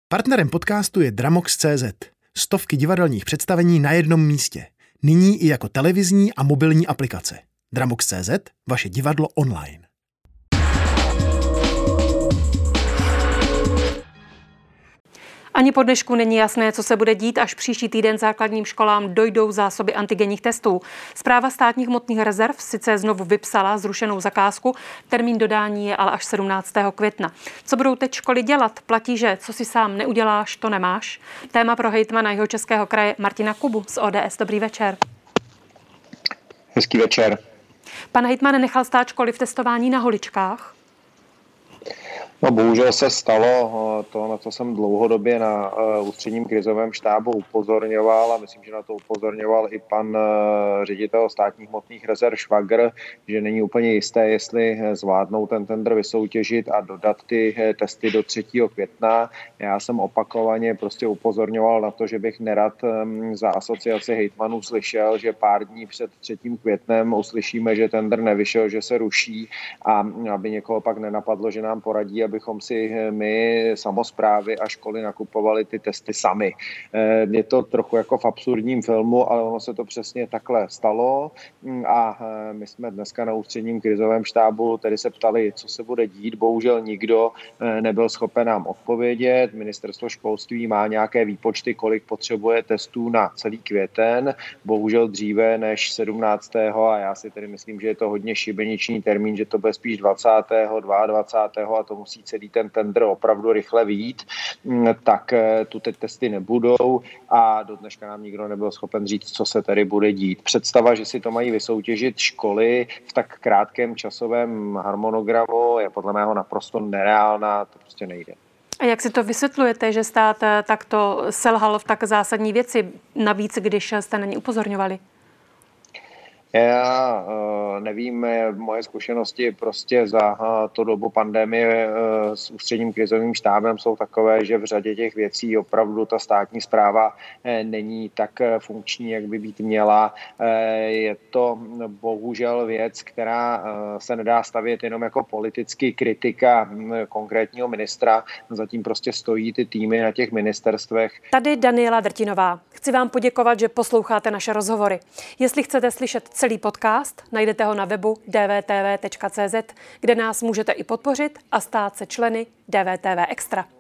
Partnerem podcastu je Dramox.cz. Stovky divadelních představení na jednom místě. Nyní i jako televizní a mobilní aplikace. Dramox.cz, vaše divadlo online. Ani po dnešku není jasné, co se bude dít, až příští týden základním školám dojdou zásoby antigenních testů. Správa státních hmotných rezerv sice znovu vypsala zrušenou zakázku, termín dodání je ale až 17. května. Co budou teď školy dělat? Platí, že co si sám neuděláš, to nemáš. Téma pro hejtmana Jihočeského kraje Martina Kubu z ODS. Dobrý večer. Hezký večer. Pan hejtman nechal stát školy v testování na holičkách? No, bohužel se stalo to, na co jsem dlouhodobě na ústředním krizovém štábu upozorňoval, a myslím, že na to upozorňoval i pan ředitel státních hmotných rezerv Švagr, že není úplně jisté, jestli zvládnou ten tendr vysoutěžit a dodat ty testy do 3. května. Já jsem opakovaně prostě upozorňoval na to, že bych nerad za asociaci hejtmanů slyšel, že pár dní před 3. květnem uslyšíme, že tendr nevyšel, že se ruší, a aby někoho pak nenapadlo, že nám poradí, abychom si my, samosprávy a školy, nakupovali ty testy sami. Je to trochu jako v absurdním filmu, ale ono se to přesně takhle stalo a my jsme dneska na ústředním krizovém štábu tedy se ptali, co se bude dít. Bohužel nikdo nebyl schopen nám odpovědět. Ministerstvo školství má nějaké výpočty, kolik potřebuje testů na celý květen. Bohužel dříve než 17. a já si tedy myslím, že je to hodně šibeniční termín, že to bude spíš 20., 22. a to musí celý ten tendr opravdu rychle vyjít, tak tu teď testy nebudou a do dneška nám nikdo nebyl schopen říct, co se tady bude dít. Představa, že si to mají vysoutěžit školy v tak krátkém časovém harmonogramu, je podle mého naprosto nereálná, to prostě nejde. A jak si to vysvětlujete, že stát takto selhal v tak zásadní věci, navíc, když jste na ní upozorňovali? Já nevím, moje zkušenosti prostě za tu dobu pandemie s ústředním krizovým štábem jsou takové, že v řadě těch věcí opravdu ta státní správa není tak funkční, jak by být měla. Je to bohužel věc, která se nedá stavět jenom jako politický kritika konkrétního ministra. Zatím prostě stojí ty týmy na těch ministerstvech. Tady Daniela Drtinová. Chci vám poděkovat, že posloucháte naše rozhovory. Jestli chcete slyšet celý podcast, najdete ho na webu dvtv.cz, kde nás můžete i podpořit a stát se členy DVTV Extra.